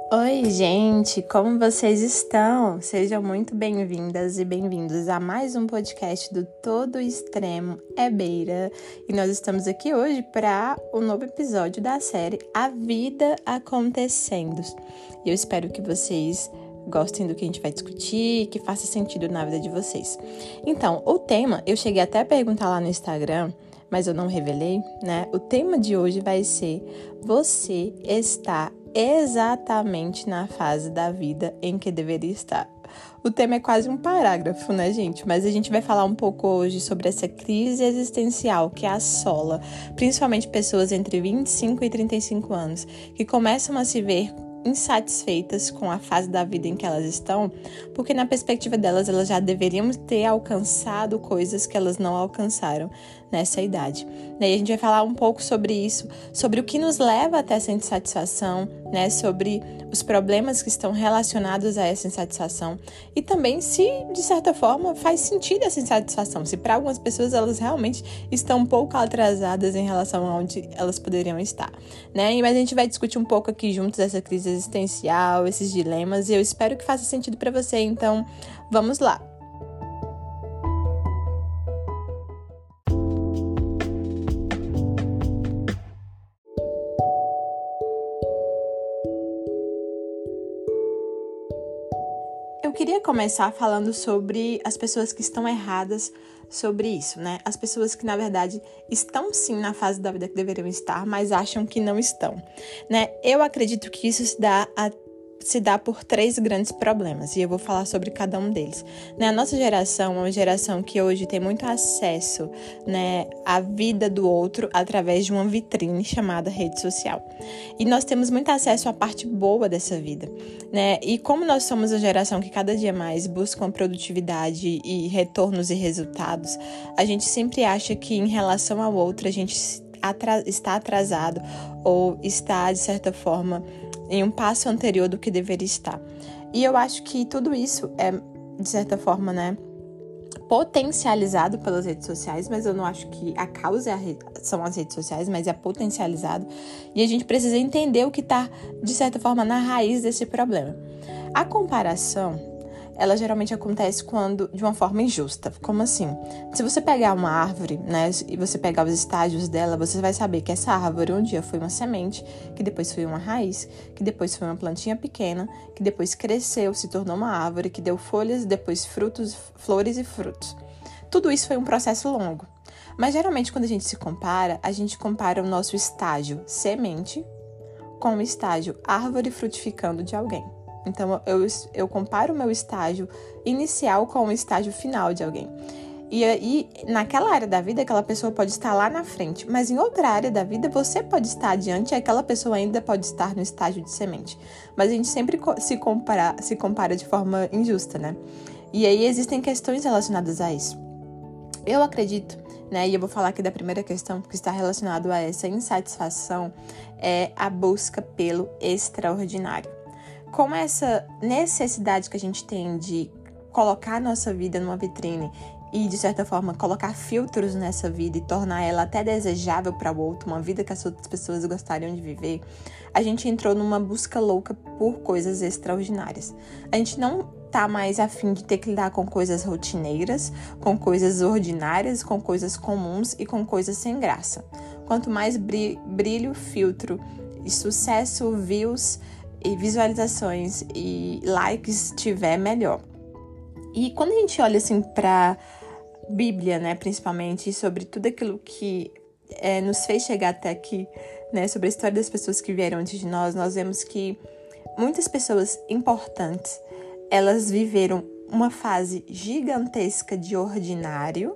Oi, gente, como vocês estão? Sejam muito bem-vindas e bem-vindos a mais um podcast do Todo Extremo é Beira. E nós estamos aqui hoje para o novo episódio da série A Vida Acontecendo. E eu espero que vocês gostem do que a gente vai discutir, que faça sentido na vida de vocês. Então, o tema, eu cheguei até a perguntar lá no Instagram, mas eu não revelei, né? O tema de hoje vai ser: você está exatamente na fase da vida em que deveria estar. O tema é quase um parágrafo, né, gente? Mas a gente vai falar um pouco hoje sobre essa crise existencial que assola, principalmente pessoas entre 25 e 35 anos, que começam a se ver insatisfeitas com a fase da vida em que elas estão, porque na perspectiva delas, elas já deveriam ter alcançado coisas que elas não alcançaram nessa idade. E a gente vai falar um pouco sobre isso, sobre o que nos leva até essa insatisfação, né? Sobre os problemas que estão relacionados a essa insatisfação e também se, de certa forma, faz sentido essa insatisfação, se para algumas pessoas elas realmente estão um pouco atrasadas em relação a onde elas poderiam estar, né? Mas a gente vai discutir um pouco aqui juntos essa crise existencial, esses dilemas, e eu espero que faça sentido para você, então vamos lá. Eu queria começar falando sobre as pessoas que estão erradas sobre isso, né? As pessoas que, na verdade, estão sim na fase da vida que deveriam estar, mas acham que não estão, né? Eu acredito que isso se dá por 3 grandes problemas, e eu vou falar sobre cada um deles, né? A nossa geração é uma geração que hoje tem muito acesso, né, à vida do outro através de uma vitrine chamada rede social. E nós temos muito acesso à parte boa dessa vida, né? E como nós somos a geração que cada dia mais busca produtividade e retornos e resultados, a gente sempre acha que em relação ao outro a gente está atrasado ou está, de certa forma, em um passo anterior do que deveria estar. E eu acho que tudo isso é, de certa forma, né, potencializado pelas redes sociais, mas eu não acho que a causa são as redes sociais, mas é potencializado. E a gente precisa entender o que está, de certa forma, na raiz desse problema. A comparação, ela geralmente acontece de uma forma injusta. Como assim? Se você pegar uma árvore, né, e você pegar os estágios dela, você vai saber que essa árvore um dia foi uma semente, que depois foi uma raiz, que depois foi uma plantinha pequena, que depois cresceu, se tornou uma árvore, que deu folhas, depois frutos, flores e frutos. Tudo isso foi um processo longo. Mas geralmente quando a gente compara o nosso estágio semente com o estágio árvore frutificando de alguém. Então, eu comparo o meu estágio inicial com o estágio final de alguém. E aí, naquela área da vida, aquela pessoa pode estar lá na frente, mas em outra área da vida, você pode estar adiante e aquela pessoa ainda pode estar no estágio de semente. Mas a gente sempre se compara de forma injusta, né? E aí, existem questões relacionadas a isso. Eu acredito, né, e eu vou falar aqui da primeira questão que está relacionado a essa insatisfação, é a busca pelo extraordinário. Com essa necessidade que a gente tem de colocar a nossa vida numa vitrine e, de certa forma, colocar filtros nessa vida e tornar ela até desejável para o outro, uma vida que as outras pessoas gostariam de viver, a gente entrou numa busca louca por coisas extraordinárias. A gente não tá mais a fim de ter que lidar com coisas rotineiras, com coisas ordinárias, com coisas comuns e com coisas sem graça. Quanto mais brilho, filtro e sucesso, views e visualizações e likes tiver, melhor. E quando a gente olha assim para Bíblia, né, principalmente, sobre tudo aquilo que nos fez chegar até aqui, né, sobre a história das pessoas que vieram antes de nós vemos que muitas pessoas importantes, elas viveram uma fase gigantesca de ordinário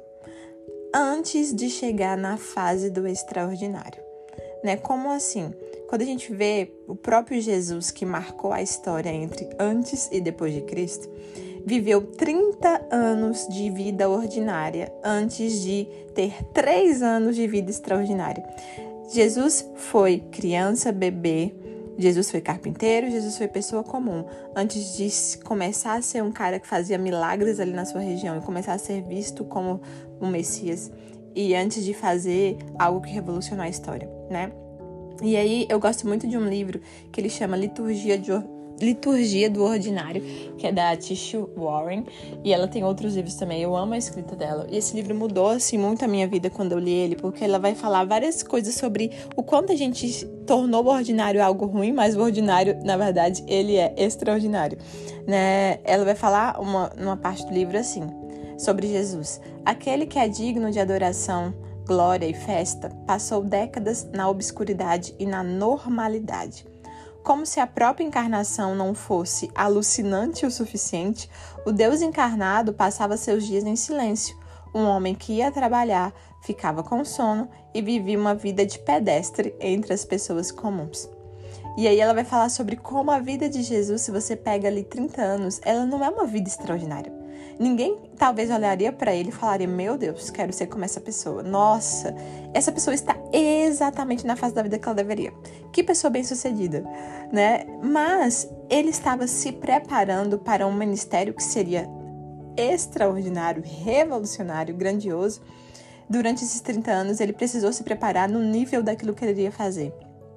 antes de chegar na fase do extraordinário, né? Como assim? Quando a gente vê o próprio Jesus, que marcou a história entre antes e depois de Cristo, viveu 30 anos de vida ordinária antes de ter 3 anos de vida extraordinária. Jesus foi criança, bebê, Jesus foi carpinteiro, Jesus foi pessoa comum, antes de começar a ser um cara que fazia milagres ali na sua região e começar a ser visto como um Messias, e antes de fazer algo que revolucionou a história, né? E aí eu gosto muito de um livro que ele chama Liturgia Liturgia do Ordinário, que é da Tish Warren, e ela tem outros livros também. Eu amo a escrita dela. E esse livro mudou, assim, muito a minha vida quando eu li ele, porque ela vai falar várias coisas sobre o quanto a gente tornou o ordinário algo ruim, mas o ordinário, na verdade, ele é extraordinário, né? Ela vai falar numa parte do livro assim, sobre Jesus. Aquele que é digno de adoração, glória e festa, passou décadas na obscuridade e na normalidade. Como se a própria encarnação não fosse alucinante o suficiente, o Deus encarnado passava seus dias em silêncio. Um homem que ia trabalhar, ficava com sono e vivia uma vida de pedestre entre as pessoas comuns. E aí ela vai falar sobre como a vida de Jesus, se você pega ali 30 anos, ela não é uma vida extraordinária. Ninguém talvez olharia para ele e falaria, meu Deus, quero ser como essa pessoa. Nossa, essa pessoa está exatamente na fase da vida que ela deveria. Que pessoa bem-sucedida, né? Mas ele estava se preparando para um ministério que seria extraordinário, revolucionário, grandioso. Durante esses 30 anos, ele precisou se preparar no nível daquilo que ele iria fazer.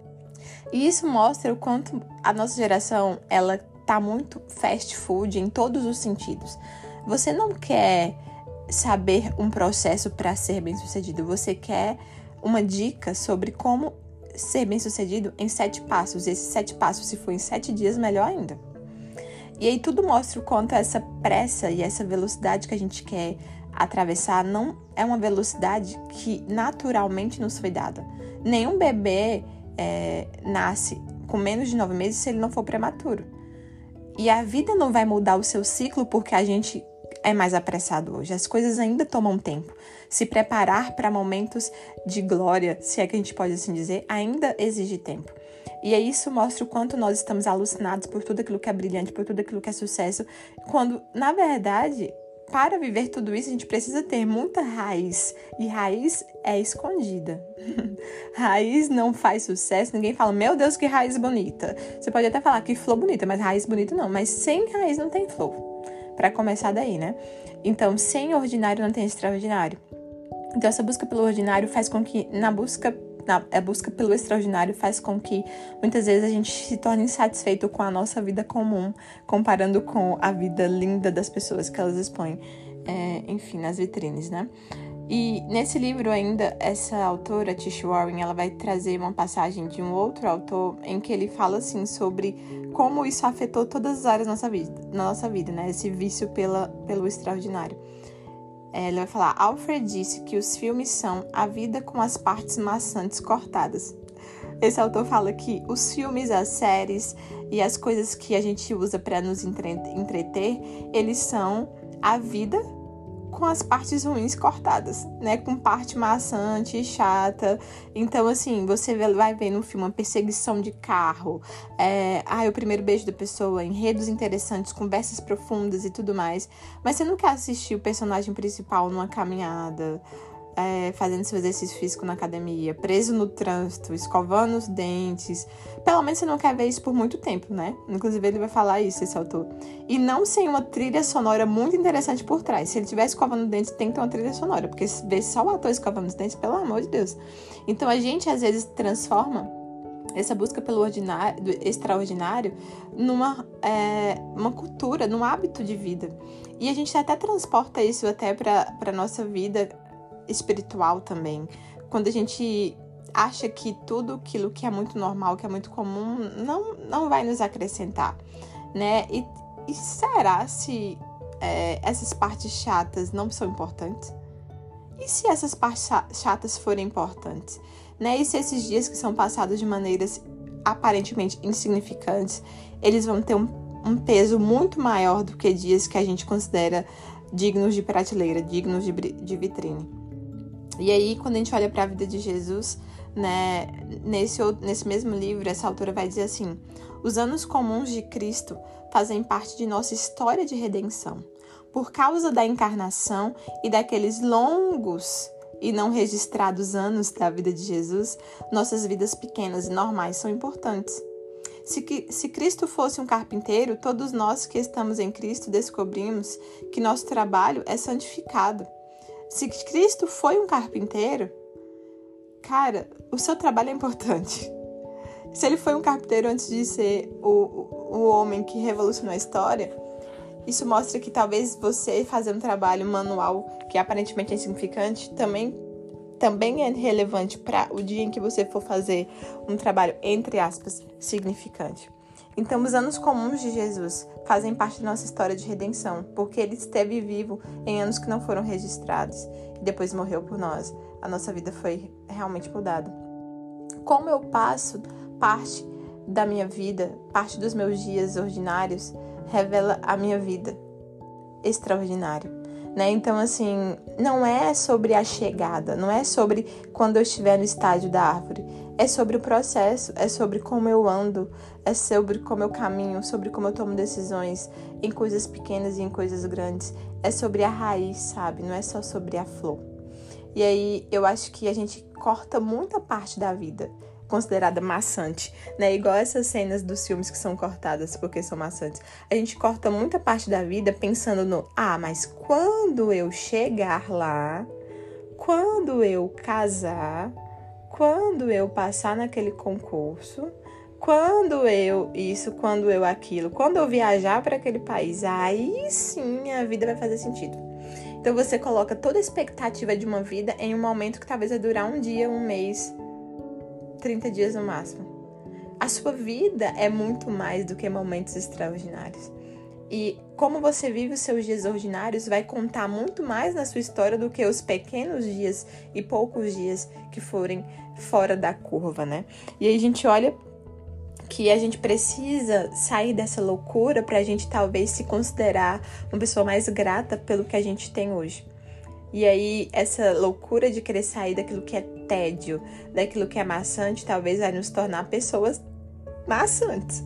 E isso mostra o quanto a nossa geração, ela tá muito fast food em todos os sentidos. Você não quer saber um processo para ser bem-sucedido. Você quer uma dica sobre como ser bem-sucedido em 7 passos. E esses 7 passos, se for em 7 dias, melhor ainda. E aí tudo mostra o quanto essa pressa e essa velocidade que a gente quer atravessar não é uma velocidade que naturalmente nos foi dada. Nenhum bebê nasce com menos de 9 meses se ele não for prematuro. E a vida não vai mudar o seu ciclo porque a gente é mais apressado hoje. As coisas ainda tomam tempo. Se preparar para momentos de glória, se é que a gente pode assim dizer, ainda exige tempo. E aí isso mostra o quanto nós estamos alucinados por tudo aquilo que é brilhante, por tudo aquilo que é sucesso, quando, na verdade, para viver tudo isso, a gente precisa ter muita raiz. E raiz é escondida. Raiz não faz sucesso. Ninguém fala, meu Deus, que raiz bonita. Você pode até falar que flor bonita, mas raiz bonita não. Mas sem raiz não tem flor. Para começar daí, né? Então, sem ordinário não tem extraordinário. Então, essa busca pelo ordinário faz com que, a busca pelo extraordinário faz com que, muitas vezes, a gente se torne insatisfeito com a nossa vida comum, comparando com a vida linda das pessoas que elas expõem, enfim, nas vitrines, né? E nesse livro ainda, essa autora, Tish Warren, ela vai trazer uma passagem de um outro autor em que ele fala, assim, sobre como isso afetou todas as áreas da nossa vida, né? Esse vício pelo extraordinário. Ele vai falar, Alfred disse que os filmes são a vida com as partes maçantes cortadas. Esse autor fala que os filmes, as séries e as coisas que a gente usa para nos entreter, eles são a vida com as partes ruins cortadas, né? Com parte maçante e chata. Então, assim, você vai ver no filme uma perseguição de carro, o primeiro beijo da pessoa, enredos interessantes, conversas profundas e tudo mais. Mas você não quer assistir o personagem principal numa caminhada, fazendo seu exercício físico na academia, preso no trânsito, escovando os dentes. Pelo menos você não quer ver isso por muito tempo, né? Inclusive ele vai falar isso, esse autor. E não sem uma trilha sonora muito interessante por trás. Se ele estiver escovando os dentes, tem que ter uma trilha sonora, porque ver só o ator escovando os dentes, pelo amor de Deus. Então a gente às vezes transforma essa busca pelo ordinário, do extraordinário numa uma cultura, num hábito de vida. E a gente até transporta isso até para a nossa vida espiritual também. Quando a gente acha que tudo aquilo que é muito normal, que é muito comum, não vai nos acrescentar, né? E será se essas partes chatas não são importantes? E se essas partes chatas forem importantes? Né? E se esses dias que são passados de maneiras aparentemente insignificantes, eles vão ter um peso muito maior do que dias que a gente considera dignos de prateleira, dignos de vitrine. E aí, quando a gente olha para a vida de Jesus, né, nesse mesmo livro, essa autora vai dizer assim, os anos comuns de Cristo fazem parte de nossa história de redenção. Por causa da encarnação e daqueles longos e não registrados anos da vida de Jesus, nossas vidas pequenas e normais são importantes. Se Cristo fosse um carpinteiro, todos nós que estamos em Cristo descobrimos que nosso trabalho é santificado. Se Cristo foi um carpinteiro, cara, o seu trabalho é importante. Se ele foi um carpinteiro antes de ser o homem que revolucionou a história, isso mostra que talvez você fazer um trabalho manual que aparentemente é insignificante também é relevante para o dia em que você for fazer um trabalho, entre aspas, significante. Então, os anos comuns de Jesus fazem parte da nossa história de redenção, porque ele esteve vivo em anos que não foram registrados e depois morreu por nós. A nossa vida foi realmente mudada. Como eu passo parte da minha vida, parte dos meus dias ordinários, revela a minha vida extraordinária, né? Então, assim, não é sobre a chegada, não é sobre quando eu estiver no estágio da árvore, é sobre o processo, é sobre como eu ando, é sobre como eu caminho, sobre como eu tomo decisões em coisas pequenas e em coisas grandes, é sobre a raiz, sabe? Não é só sobre a flor. E aí, eu acho que a gente corta muita parte da vida considerada maçante, né? Igual essas cenas dos filmes que são cortadas porque são maçantes. A gente corta muita parte da vida pensando no mas quando eu chegar lá, quando eu casar, quando eu passar naquele concurso, quando eu isso, quando eu aquilo, quando eu viajar para aquele país, aí sim a vida vai fazer sentido. Então você coloca toda a expectativa de uma vida em um momento que talvez vai durar um dia, um mês, 30 dias no máximo. A sua vida é muito mais do que momentos extraordinários. E como você vive os seus dias ordinários vai contar muito mais na sua história do que os pequenos dias e poucos dias que forem fora da curva, né? E aí a gente olha que a gente precisa sair dessa loucura para a gente talvez se considerar uma pessoa mais grata pelo que a gente tem hoje. E aí, essa loucura de querer sair daquilo que é tédio, daquilo que é maçante, talvez vai nos tornar pessoas maçantes.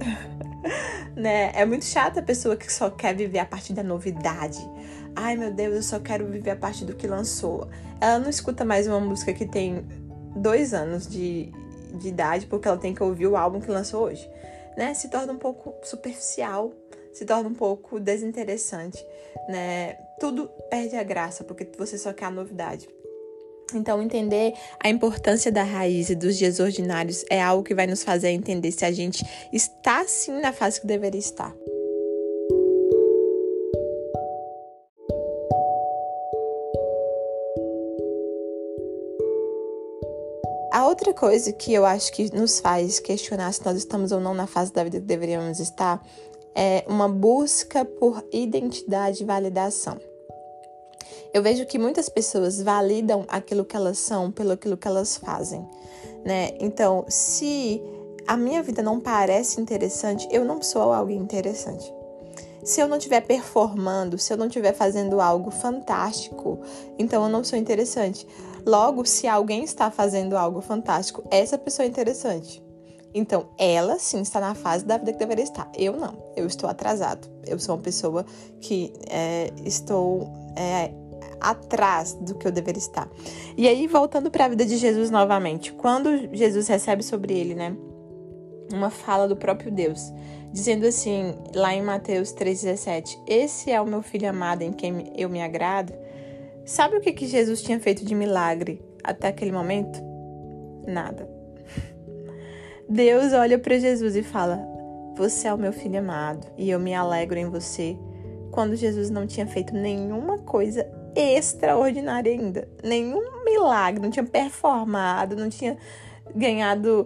Né? É muito chata a pessoa que só quer viver a partir da novidade. Ai, meu Deus, eu só quero viver a partir do que lançou. Ela não escuta mais uma música que tem 2 anos de idade, porque ela tem que ouvir o álbum que lançou hoje. Né? Se torna um pouco superficial, se torna um pouco desinteressante, né? Tudo perde a graça, porque você só quer a novidade. Então, entender a importância da raiz e dos dias ordinários é algo que vai nos fazer entender se a gente está, sim, na fase que deveria estar. A outra coisa que eu acho que nos faz questionar se nós estamos ou não na fase da vida que deveríamos estar é uma busca por identidade e validação. Eu vejo que muitas pessoas validam aquilo que elas são pelo aquilo que elas fazem, né? Então, se a minha vida não parece interessante, eu não sou alguém interessante. Se eu não estiver performando, se eu não estiver fazendo algo fantástico, então eu não sou interessante. Logo, se alguém está fazendo algo fantástico, essa pessoa é interessante. Então, ela sim está na fase da vida que deveria estar. Eu não, eu estou atrasado. Eu sou uma pessoa que estou atrás do que eu deveria estar. E aí, voltando para a vida de Jesus novamente, quando Jesus recebe sobre ele, né, uma fala do próprio Deus, dizendo assim, lá em Mateus 3,17, esse é o meu filho amado em quem eu me agrado. Sabe o que Jesus tinha feito de milagre até aquele momento? Nada. Deus olha para Jesus e fala, você é o meu filho amado e eu me alegro em você, quando Jesus não tinha feito nenhuma coisa extraordinária ainda, nenhum milagre, não tinha performado, não tinha ganhado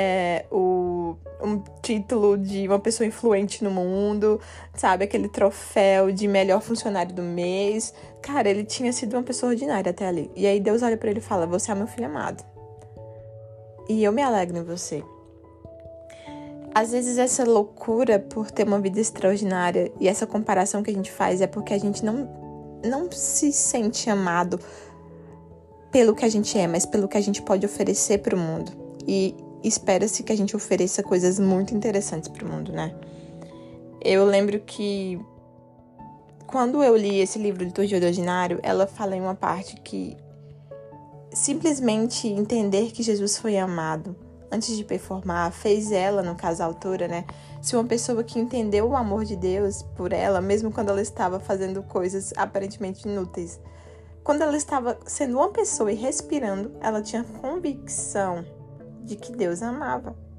um título de uma pessoa influente no mundo, sabe, aquele troféu de melhor funcionário do mês. Cara, ele tinha sido uma pessoa ordinária até ali. E aí Deus olha pra ele e fala, você é meu filho amado e eu me alegro em você. Às vezes essa loucura por ter uma vida extraordinária e essa comparação que a gente faz é porque a gente não se sente amado pelo que a gente é, mas pelo que a gente pode oferecer para o mundo. E espera-se que a gente ofereça coisas muito interessantes para o mundo, né? Eu lembro que quando eu li esse livro, Liturgia do Ordinário, ela fala em uma parte que simplesmente entender que Jesus foi amado antes de performar, fez ela, no caso a autora, né, ser uma pessoa que entendeu o amor de Deus por ela, mesmo quando ela estava fazendo coisas aparentemente inúteis. Quando ela estava sendo uma pessoa e respirando, ela tinha convicção de que Deus amava.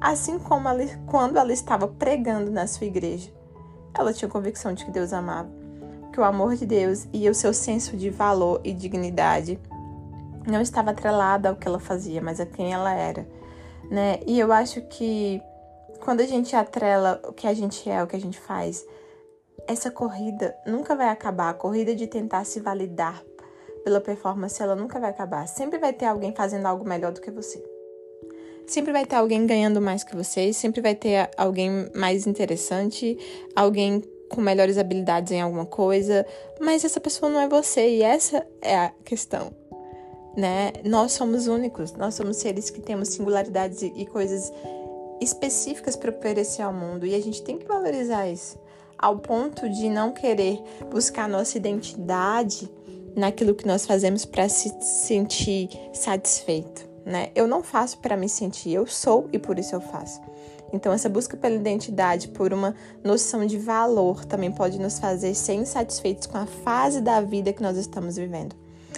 Assim como quando ela estava pregando na sua igreja, ela tinha convicção de que Deus amava, que o amor de Deus e o seu senso de valor e dignidade não estava atrelado ao que ela fazia, mas a quem ela era, né? E eu acho que quando a gente atrela o que a gente é, o que a gente faz, essa corrida nunca vai acabar. A corrida de tentar se validar pela performance, ela nunca vai acabar. Sempre vai ter alguém fazendo algo melhor do que você. Sempre vai ter alguém ganhando mais que você. Sempre vai ter alguém mais interessante, alguém com melhores habilidades em alguma coisa. Mas essa pessoa não é você, e essa é a questão, né? Nós somos únicos. Nós somos seres que temos singularidades e coisas específicas para oferecer ao mundo. E a gente tem que valorizar isso, ao ponto de não querer buscar nossa identidade naquilo que nós fazemos para se sentir satisfeito, né? Eu não faço para me sentir, eu sou e por isso eu faço. Então, essa busca pela identidade, por uma noção de valor, também pode nos fazer ser insatisfeitos com a fase da vida que nós estamos vivendo.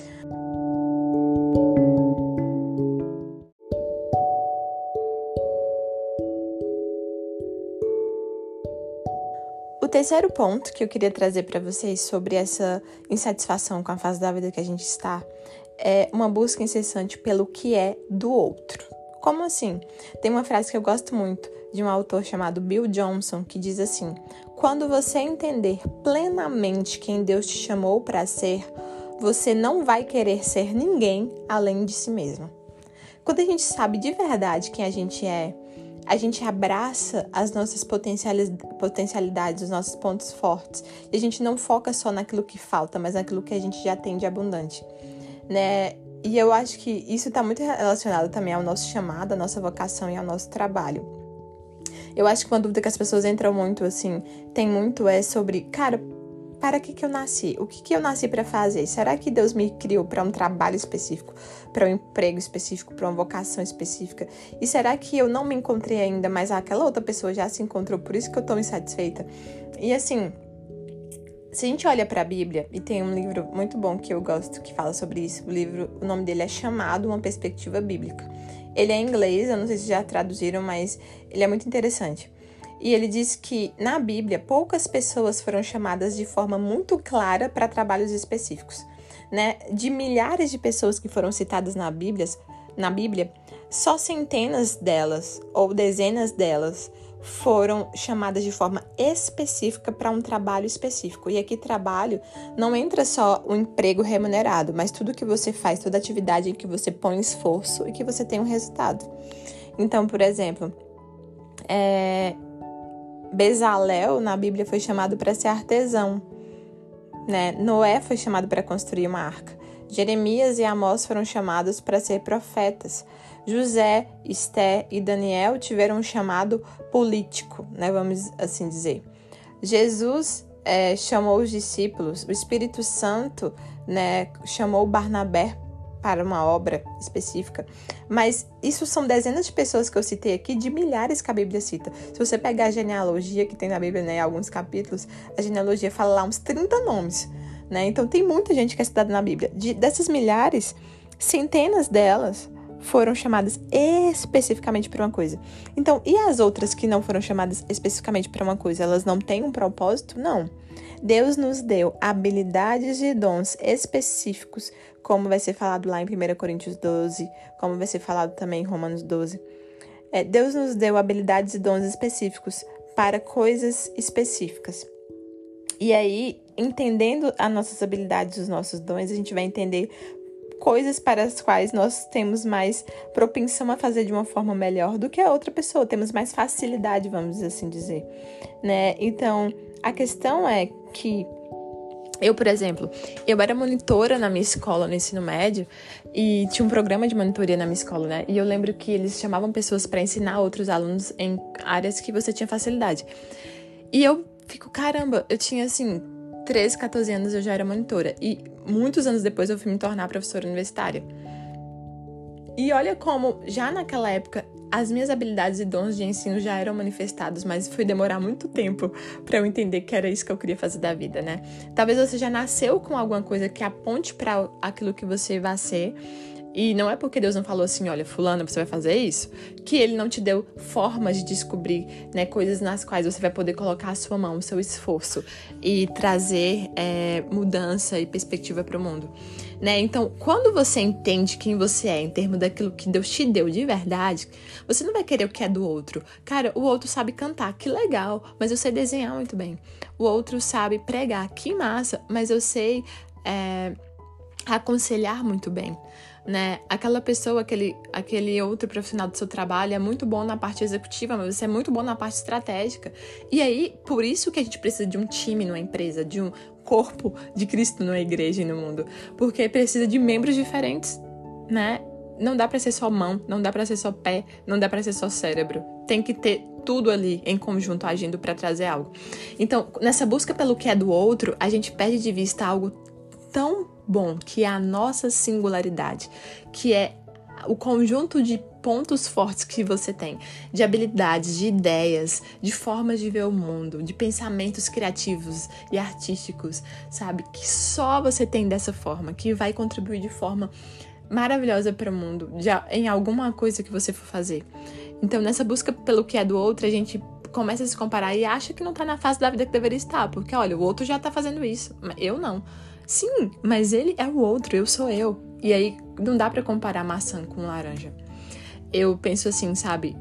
O terceiro ponto que eu queria trazer para vocês sobre essa insatisfação com a fase da vida que a gente está é uma busca incessante pelo que é do outro. Como assim? Tem uma frase que eu gosto muito de um autor chamado Bill Johnson que diz assim: quando você entender plenamente quem Deus te chamou para ser, você não vai querer ser ninguém além de si mesmo. Quando a gente sabe de verdade quem a gente abraça as nossas potencialidades, os nossos pontos fortes. E a gente não foca só naquilo que falta, mas naquilo que a gente já tem de abundante, né? E eu acho que isso está muito relacionado também ao nosso chamado, à nossa vocação e ao nosso trabalho. Eu acho que uma dúvida que as pessoas entram muito, assim, tem muito sobre, cara, para que eu nasci? O que eu nasci para fazer? Será que Deus me criou para um trabalho específico, para um emprego específico, para uma vocação específica? E será que eu não me encontrei ainda, mas aquela outra pessoa já se encontrou, por isso que eu estou insatisfeita? E assim, se a gente olha para a Bíblia, e tem um livro muito bom que eu gosto que fala sobre isso, o nome dele é Chamado, uma Perspectiva Bíblica. Ele é em inglês, eu não sei se já traduziram, mas ele é muito interessante. E ele diz que, na Bíblia, poucas pessoas foram chamadas de forma muito clara para trabalhos específicos, né? De milhares de pessoas que foram citadas na Bíblia, só centenas delas, ou dezenas delas, foram chamadas de forma específica para um trabalho específico. E aqui, trabalho, não entra só o emprego remunerado, mas tudo que você faz, toda atividade em que você põe esforço e que você tem um resultado. Então, por exemplo, Bezalel, na Bíblia, foi chamado para ser artesão, né? Noé foi chamado para construir uma arca. Jeremias e Amós foram chamados para ser profetas. José, Esté e Daniel tiveram um chamado político, né? Vamos assim dizer. Jesus chamou os discípulos. O Espírito Santo, né, chamou Barnabé para uma obra específica, mas isso são dezenas de pessoas que eu citei aqui, de milhares que a Bíblia cita. Se você pegar a genealogia que tem na Bíblia, né, alguns capítulos, a genealogia fala lá uns 30 nomes, né? Então tem muita gente que é citada na Bíblia. Dessas milhares, centenas delas foram chamadas especificamente para uma coisa. Então, e as outras que não foram chamadas especificamente para uma coisa, elas não têm um propósito? Não. Deus nos deu habilidades e dons específicos, como vai ser falado lá em 1 Coríntios 12, como vai ser falado também em Romanos 12. Deus nos deu habilidades e dons específicos para coisas específicas. E aí, entendendo as nossas habilidades, os nossos dons, a gente vai entender coisas para as quais nós temos mais propensão a fazer de uma forma melhor do que a outra pessoa, temos mais facilidade, vamos assim dizer, né? Então, a questão é que eu, por exemplo, eu era monitora na minha escola, no ensino médio, e tinha um programa de monitoria na minha escola, né? E eu lembro que eles chamavam pessoas para ensinar outros alunos em áreas que você tinha facilidade. E eu fico, caramba, eu tinha assim 13, 14 anos, eu já era monitora. E muitos anos depois eu fui me tornar professora universitária. E olha como, já naquela época, as minhas habilidades e dons de ensino já eram manifestados, mas foi demorar muito tempo para eu entender que era isso que eu queria fazer da vida, né? Talvez você já nasceu com alguma coisa que aponte para aquilo que você vai ser, E não é porque Deus não falou assim, olha, fulana, você vai fazer isso, que ele não te deu formas de descobrir, né, coisas nas quais você vai poder colocar a sua mão, o seu esforço e trazer mudança e perspectiva para o mundo. Né? Então, quando você entende quem você é em termos daquilo que Deus te deu de verdade, você não vai querer o que é do outro. Cara, o outro sabe cantar, que legal, mas eu sei desenhar muito bem. O outro sabe pregar, que massa, mas eu sei aconselhar muito bem. Né? Aquela pessoa, aquele outro profissional do seu trabalho é muito bom na parte executiva, mas você é muito bom na parte estratégica. E aí, por isso que a gente precisa de um time numa empresa, de um corpo de Cristo numa igreja e no mundo. Porque precisa de membros diferentes, né? Não dá pra ser só mão, não dá pra ser só pé, não dá pra ser só cérebro. Tem que ter tudo ali em conjunto agindo pra trazer algo. Então, nessa busca pelo que é do outro, a gente perde de vista algo tão bom, que é a nossa singularidade, que é o conjunto de pontos fortes que você tem, de habilidades, de ideias, de formas de ver o mundo, de pensamentos criativos e artísticos, sabe? Que só você tem dessa forma, que vai contribuir de forma maravilhosa para o mundo, em alguma coisa que você for fazer. Então, nessa busca pelo que é do outro, a gente começa a se comparar e acha que não tá na fase da vida que deveria estar, porque, olha, o outro já tá fazendo isso, eu não. Sim, mas ele é o outro, eu sou eu. E aí, não dá pra comparar maçã com laranja. Eu penso assim, sabe,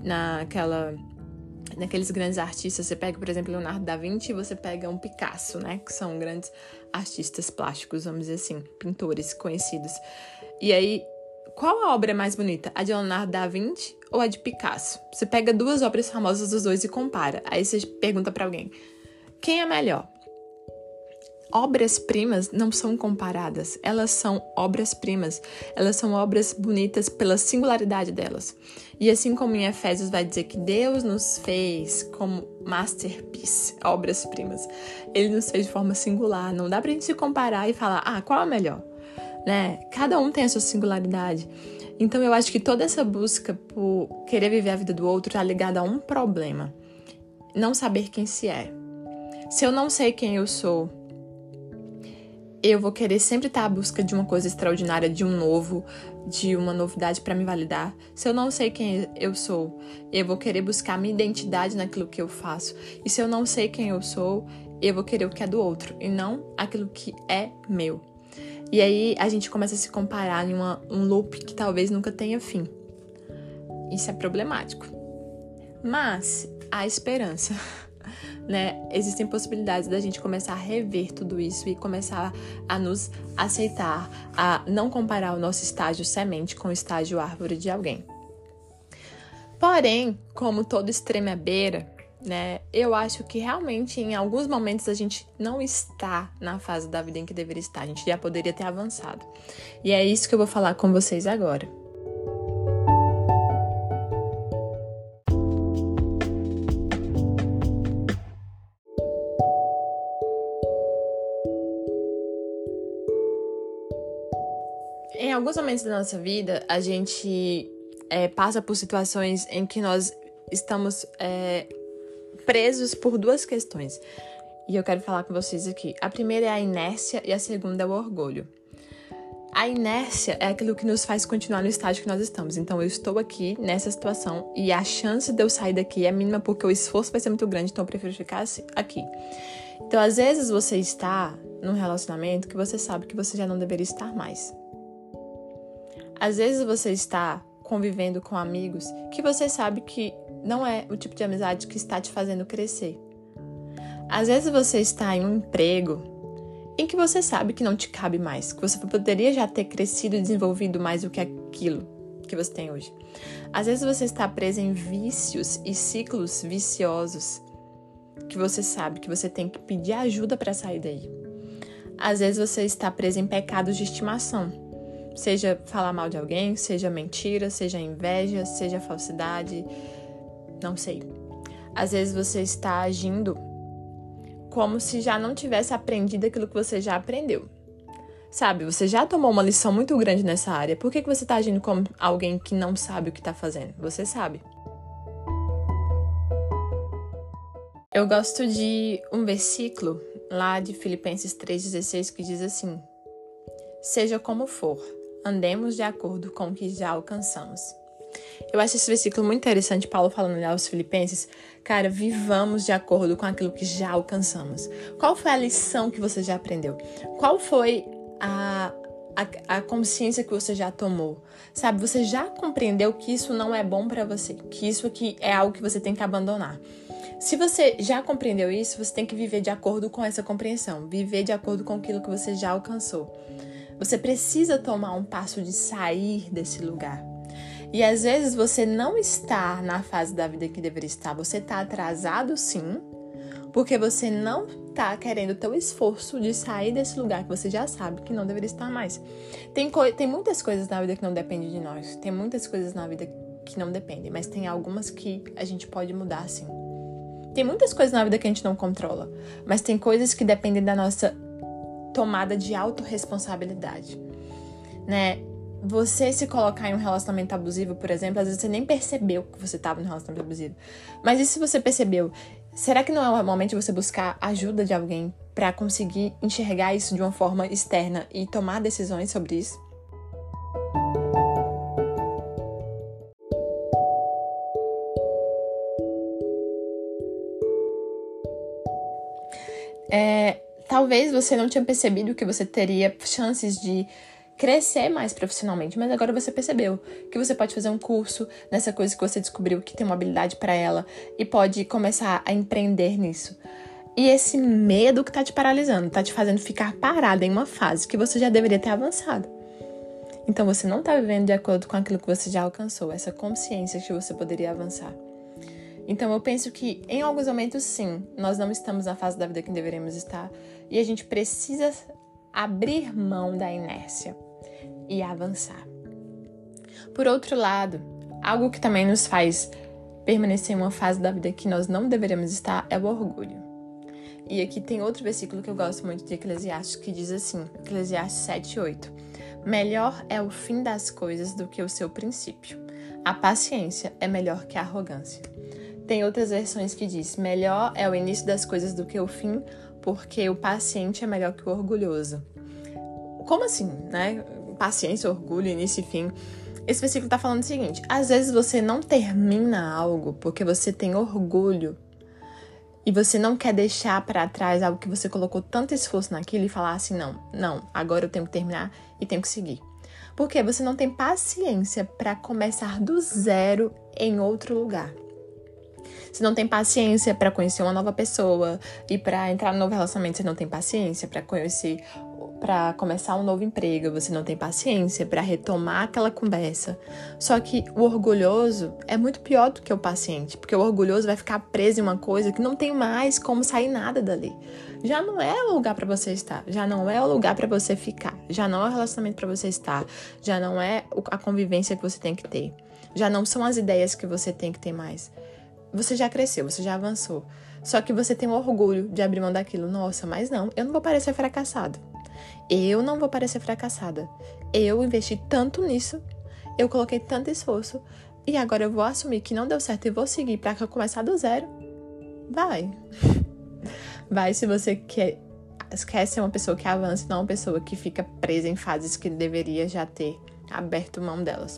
naqueles grandes artistas, você pega, por exemplo, Leonardo da Vinci e você pega um Picasso, né, que são grandes artistas plásticos, vamos dizer assim, pintores conhecidos. E aí, qual a obra é mais bonita? A de Leonardo da Vinci ou a de Picasso? Você pega duas obras famosas dos dois e compara. Aí você pergunta pra alguém, quem é melhor? Obras-primas não são comparadas, elas são obras-primas, elas são obras bonitas pela singularidade delas. E assim como em Efésios vai dizer que Deus nos fez como masterpiece, obras-primas, Ele nos fez de forma singular, não dá pra gente se comparar e falar, qual é melhor? Né? Cada um tem a sua singularidade. Então eu acho que toda essa busca por querer viver a vida do outro está ligada a um problema, não saber quem se é. Se eu não sei quem eu sou, eu vou querer sempre estar à busca de uma coisa extraordinária, de um novo, de uma novidade para me validar. Se eu não sei quem eu sou, eu vou querer buscar minha identidade naquilo que eu faço. E se eu não sei quem eu sou, eu vou querer o que é do outro e não aquilo que é meu. E aí a gente começa a se comparar em um loop que talvez nunca tenha fim. Isso é problemático. Mas há esperança. Né? Existem possibilidades da gente começar a rever tudo isso e começar a nos aceitar, a não comparar o nosso estágio semente com o estágio árvore de alguém. Porém, como todo extremo é beira, né, eu acho que realmente em alguns momentos a gente não está na fase da vida em que deveria estar, a gente já poderia ter avançado. E é isso que eu vou falar com vocês agora. Em alguns momentos da nossa vida, a gente passa por situações em que nós estamos presos por duas questões. E eu quero falar com vocês aqui. A primeira é a inércia e a segunda é o orgulho. A inércia é aquilo que nos faz continuar no estágio que nós estamos. Então, eu estou aqui nessa situação e a chance de eu sair daqui é mínima porque o esforço vai ser muito grande, então eu prefiro ficar aqui. Então, às vezes você está num relacionamento que você sabe que você já não deveria estar mais. Às vezes você está convivendo com amigos que você sabe que não é o tipo de amizade que está te fazendo crescer. Às vezes você está em um emprego em que você sabe que não te cabe mais, que você poderia já ter crescido e desenvolvido mais do que aquilo que você tem hoje. Às vezes você está preso em vícios e ciclos viciosos que você sabe que você tem que pedir ajuda para sair daí. Às vezes você está preso em pecados de estimação. Seja falar mal de alguém, seja mentira, seja inveja, seja falsidade, não sei. Às vezes você está agindo como se já não tivesse aprendido aquilo que você já aprendeu. Sabe, você já tomou uma lição muito grande nessa área. Por que você está agindo como alguém que não sabe o que está fazendo? Você sabe. Eu gosto de um versículo lá de Filipenses 3,16 que diz assim: seja como for, andemos de acordo com o que já alcançamos. Eu acho esse versículo muito interessante, Paulo falando aos Filipenses. Cara, vivamos de acordo com aquilo que já alcançamos. Qual foi a lição que você já aprendeu? Qual foi a consciência que você já tomou? Sabe, você já compreendeu que isso não é bom pra você, que isso aqui é algo que você tem que abandonar. Se você já compreendeu isso, você tem que viver de acordo com essa compreensão, viver de acordo com aquilo que você já alcançou. Você precisa tomar um passo de sair desse lugar. E às vezes você não está na fase da vida que deveria estar, você está atrasado sim, porque você não está querendo ter o esforço de sair desse lugar que você já sabe que não deveria estar mais. Tem muitas coisas na vida que não dependem de nós, tem muitas coisas na vida que não dependem, mas tem algumas que a gente pode mudar sim. Tem muitas coisas na vida que a gente não controla, mas tem coisas que dependem da nossa tomada de autorresponsabilidade, né? Você se colocar em um relacionamento abusivo, por exemplo, às vezes você nem percebeu que você estava no relacionamento abusivo. Mas e se você percebeu? Será que não é o momento de você buscar ajuda de alguém para conseguir enxergar isso de uma forma externa e tomar decisões sobre isso? Talvez você não tinha percebido que você teria chances de crescer mais profissionalmente, mas agora você percebeu que você pode fazer um curso nessa coisa que você descobriu que tem uma habilidade para ela e pode começar a empreender nisso. E esse medo que tá te paralisando, tá te fazendo ficar parada em uma fase que você já deveria ter avançado. Então você não tá vivendo de acordo com aquilo que você já alcançou, essa consciência que você poderia avançar. Então eu penso que em alguns momentos sim, nós não estamos na fase da vida que deveríamos estar e a gente precisa abrir mão da inércia e avançar. Por outro lado, algo que também nos faz permanecer em uma fase da vida que nós não deveríamos estar é o orgulho. E aqui tem outro versículo que eu gosto muito de Eclesiastes, que diz assim, Eclesiastes 7:8. Melhor é o fim das coisas do que o seu princípio. A paciência é melhor que a arrogância. Tem outras versões que diz, melhor é o início das coisas do que o fim, porque o paciente é melhor que o orgulhoso. Como assim, né? Paciência, orgulho, início e fim. Esse versículo tá falando o seguinte, às vezes você não termina algo porque você tem orgulho e você não quer deixar para trás algo que você colocou tanto esforço naquilo e falar assim, não, agora eu tenho que terminar e tenho que seguir. Porque você não tem paciência para começar do zero em outro lugar. Você não tem paciência para conhecer uma nova pessoa e para entrar num novo relacionamento, você não tem paciência para começar um novo emprego, você não tem paciência para retomar aquela conversa. Só que o orgulhoso é muito pior do que o paciente, porque o orgulhoso vai ficar preso em uma coisa que não tem mais como sair nada dali. Já não é o lugar para você estar, já não é o lugar para você ficar, já não é o relacionamento para você estar, já não é a convivência que você tem que ter, já não são as ideias que você tem que ter mais. Você já cresceu, você já avançou. Só que você tem um orgulho de abrir mão daquilo. Nossa, mas não, eu não vou parecer fracassado. Eu não vou parecer fracassada. Eu investi tanto nisso, eu coloquei tanto esforço, e agora eu vou assumir que não deu certo e vou seguir pra começar do zero. Vai. Vai se você quer ser uma pessoa que avança, não uma pessoa que fica presa em fases que deveria já ter aberto mão delas.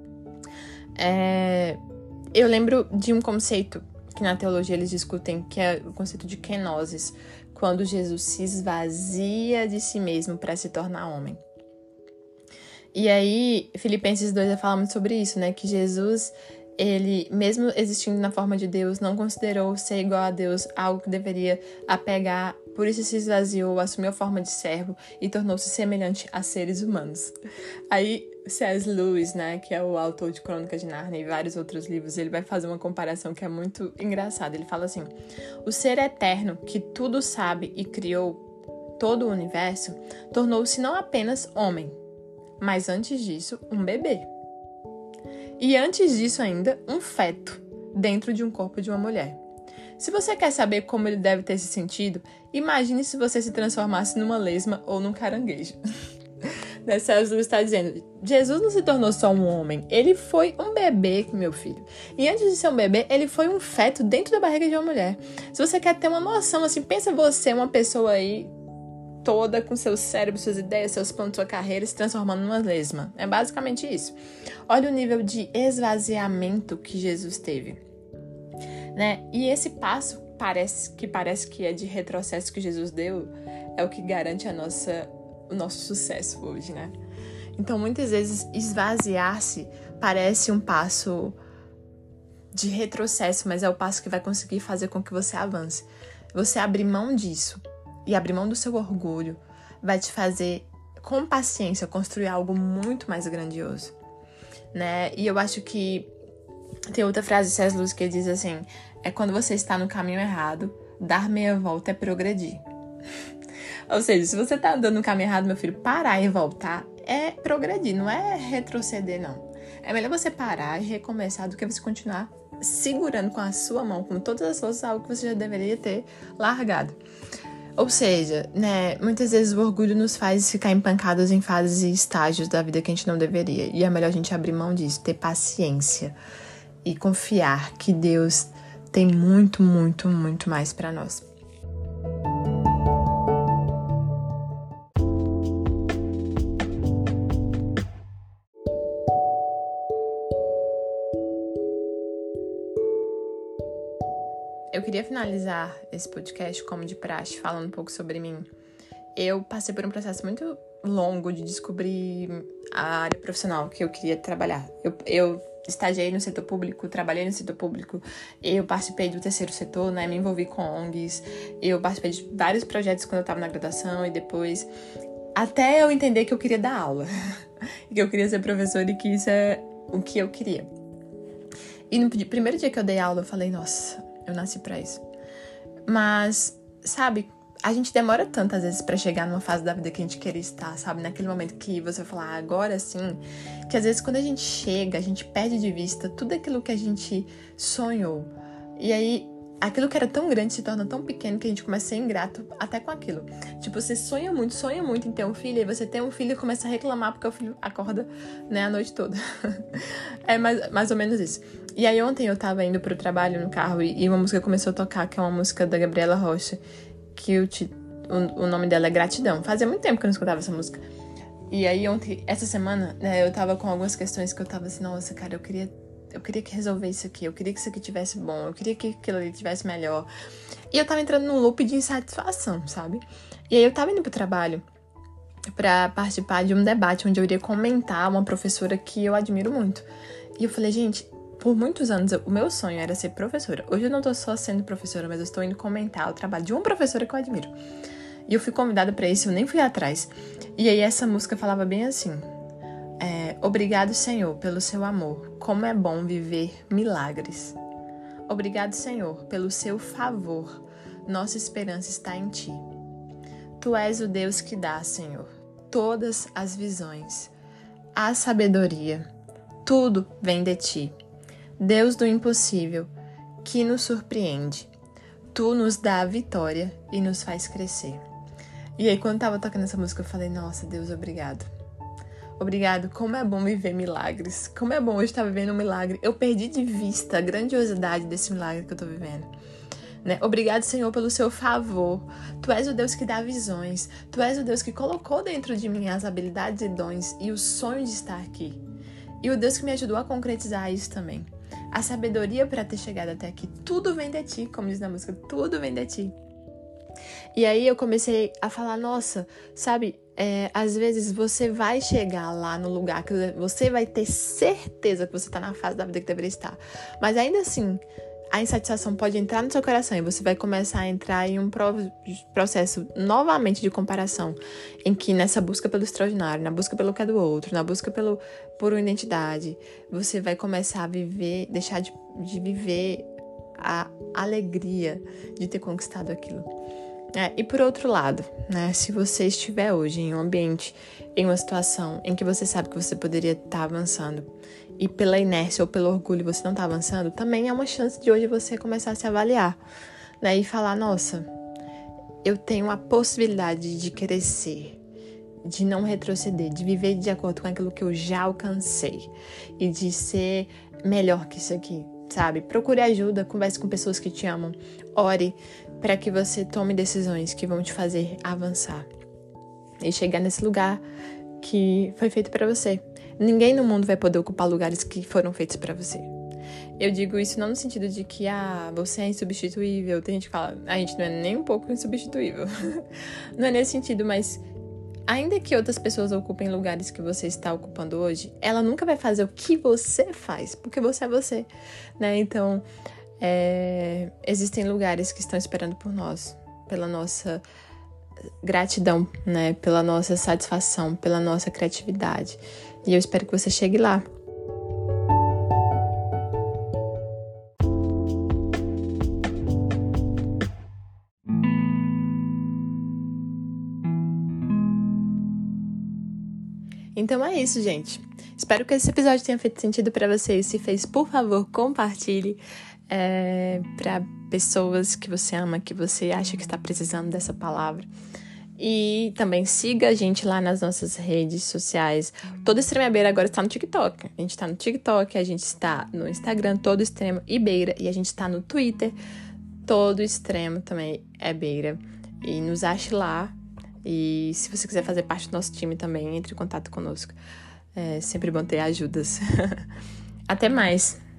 Eu lembro de um conceito que na teologia eles discutem, que é o conceito de kenosis, quando Jesus se esvazia de si mesmo para se tornar homem. E aí, Filipenses 2 fala muito sobre isso, né? Que Jesus, ele, mesmo existindo na forma de Deus, não considerou ser igual a Deus algo que deveria apegar, por isso se esvaziou, assumiu a forma de servo e tornou-se semelhante a seres humanos. Aí, C.S. Lewis, né, que é o autor de Crônicas de Nárnia e vários outros livros, ele vai fazer uma comparação que é muito engraçada. Ele fala assim, o ser eterno que tudo sabe e criou todo o universo, tornou-se não apenas homem, mas antes disso, um bebê. E antes disso ainda, um feto dentro de um corpo de uma mulher. Se você quer saber como ele deve ter se sentido, imagine se você se transformasse numa lesma ou num caranguejo. C.S. Lewis está dizendo, Jesus não se tornou só um homem, ele foi um bebê, meu filho. E antes de ser um bebê, ele foi um feto dentro da barriga de uma mulher. Se você quer ter uma noção, assim, pensa você, uma pessoa aí toda com seu cérebro, suas ideias, seus planos, sua carreira se transformando numa lesma. É basicamente isso. Olha o nível de esvaziamento que Jesus teve, né? E esse passo parece que é de retrocesso que Jesus deu, é o que garante o nosso sucesso hoje, né? Então, muitas vezes, esvaziar-se parece um passo de retrocesso, mas é o passo que vai conseguir fazer com que você avance. Você abrir mão disso e abrir mão do seu orgulho vai te fazer, com paciência, construir algo muito mais grandioso, né? E eu acho que tem outra frase de C.S. Lewis que diz assim, é quando você está no caminho errado, dar meia volta é progredir. Ou seja, se você está andando no caminho errado, meu filho, parar e voltar é progredir, não é retroceder, não. É melhor você parar e recomeçar do que você continuar segurando com a sua mão, com todas as forças, algo que você já deveria ter largado. Ou seja, né, muitas vezes o orgulho nos faz ficar empancados em fases e estágios da vida que a gente não deveria. E é melhor a gente abrir mão disso, ter paciência e confiar que Deus tem muito, muito, muito mais para nós. Eu queria finalizar esse podcast, como de praxe, falando um pouco sobre mim. Eu passei por um processo muito longo de descobrir a área profissional que eu queria trabalhar. Eu estagiei no setor público, trabalhei no setor público, eu participei do terceiro setor, né? Me envolvi com ONGs, eu participei de vários projetos quando eu estava na graduação e depois, até eu entender que eu queria dar aula, que eu queria ser professora e que isso é o que eu queria. E no primeiro dia que eu dei aula, eu falei, nossa, eu nasci pra isso. Mas, sabe, a gente demora tanto, às vezes, pra chegar numa fase da vida que a gente queria estar, sabe? Naquele momento que você fala, agora sim, que às vezes quando a gente chega, a gente perde de vista tudo aquilo que a gente sonhou. E aí, aquilo que era tão grande se torna tão pequeno que a gente começa a ser ingrato até com aquilo. Tipo, você sonha muito em ter um filho, e você tem um filho e começa a reclamar porque o filho acorda, né, a noite toda. É mais ou menos isso. E aí ontem eu tava indo pro trabalho no carro e uma música começou a tocar, que é uma música da Gabriela Rocha, que o nome dela é Gratidão. Fazia muito tempo que eu não escutava essa música. E aí ontem, essa semana, né, eu tava com algumas questões que eu tava assim, nossa, cara, eu queria que resolver isso aqui, eu queria que isso aqui tivesse bom, eu queria que aquilo ali tivesse melhor. E eu tava entrando num loop de insatisfação, sabe? E aí eu tava indo pro trabalho pra participar de um debate onde eu iria comentar uma professora que eu admiro muito. E eu falei, gente, por muitos anos o meu sonho era ser professora. Hoje eu não tô só sendo professora, mas eu estou indo comentar o trabalho de uma professora que eu admiro. E eu fui convidada pra isso, eu nem fui atrás. E aí essa música falava bem assim, obrigado, Senhor, pelo seu amor. Como é bom viver milagres. Obrigado, Senhor, pelo seu favor. Nossa esperança está em Ti. Tu és o Deus que dá, Senhor, todas as visões, a sabedoria. Tudo vem de Ti. Deus do impossível, que nos surpreende. Tu nos dá a vitória e nos faz crescer. E aí, quando eu tava tocando essa música, eu falei, nossa, Deus, obrigado. Obrigado, como é bom viver milagres. Como é bom hoje estar vivendo um milagre. Eu perdi de vista a grandiosidade desse milagre que eu tô vivendo. Né? Obrigado, Senhor, pelo seu favor. Tu és o Deus que dá visões. Tu és o Deus que colocou dentro de mim as habilidades e dons e o sonho de estar aqui. E o Deus que me ajudou a concretizar isso também. A sabedoria para ter chegado até aqui. Tudo vem de Ti, como diz na música. Tudo vem de Ti. E aí eu comecei a falar, nossa, sabe, às vezes você vai chegar lá no lugar que você vai ter certeza que você tá na fase da vida que deveria estar. Mas ainda assim, a insatisfação pode entrar no seu coração e você vai começar a entrar em um processo novamente de comparação, em que nessa busca pelo extraordinário, na busca pelo que é do outro, na busca por uma identidade, você vai começar a viver, deixar de viver a alegria de ter conquistado aquilo. E por outro lado, né, se você estiver hoje em um ambiente, em uma situação em que você sabe que você poderia estar avançando e pela inércia ou pelo orgulho você não está avançando, também é uma chance de hoje você começar a se avaliar, né, e falar, nossa, eu tenho a possibilidade de crescer, de não retroceder, de viver de acordo com aquilo que eu já alcancei e de ser melhor que isso aqui, sabe? Procure ajuda, converse com pessoas que te amam, ore para que você tome decisões que vão te fazer avançar. e chegar nesse lugar que foi feito para você. Ninguém no mundo vai poder ocupar lugares que foram feitos para você. Eu digo isso não no sentido de que você é insubstituível. Tem gente que fala, a gente não é nem um pouco insubstituível. Não é nesse sentido, mas ainda que outras pessoas ocupem lugares que você está ocupando hoje, ela nunca vai fazer o que você faz, porque você é você, né? Então, existem lugares que estão esperando por nós, pela nossa gratidão, né? Pela nossa satisfação, pela nossa criatividade. E eu espero que você chegue lá. Então é isso, gente. Espero que esse episódio tenha feito sentido para vocês. Se fez, por favor, compartilhe para pessoas que você ama, que você acha que está precisando dessa palavra. E também siga a gente lá nas nossas redes sociais. Todo Extremo é Beira agora está no TikTok. A gente está no TikTok, a gente está no Instagram, Todo Extremo e Beira. E a gente está no Twitter, Todo Extremo também é Beira. E nos ache lá. E se você quiser fazer parte do nosso time também, entre em contato conosco. É sempre bom ter ajudas. Até mais!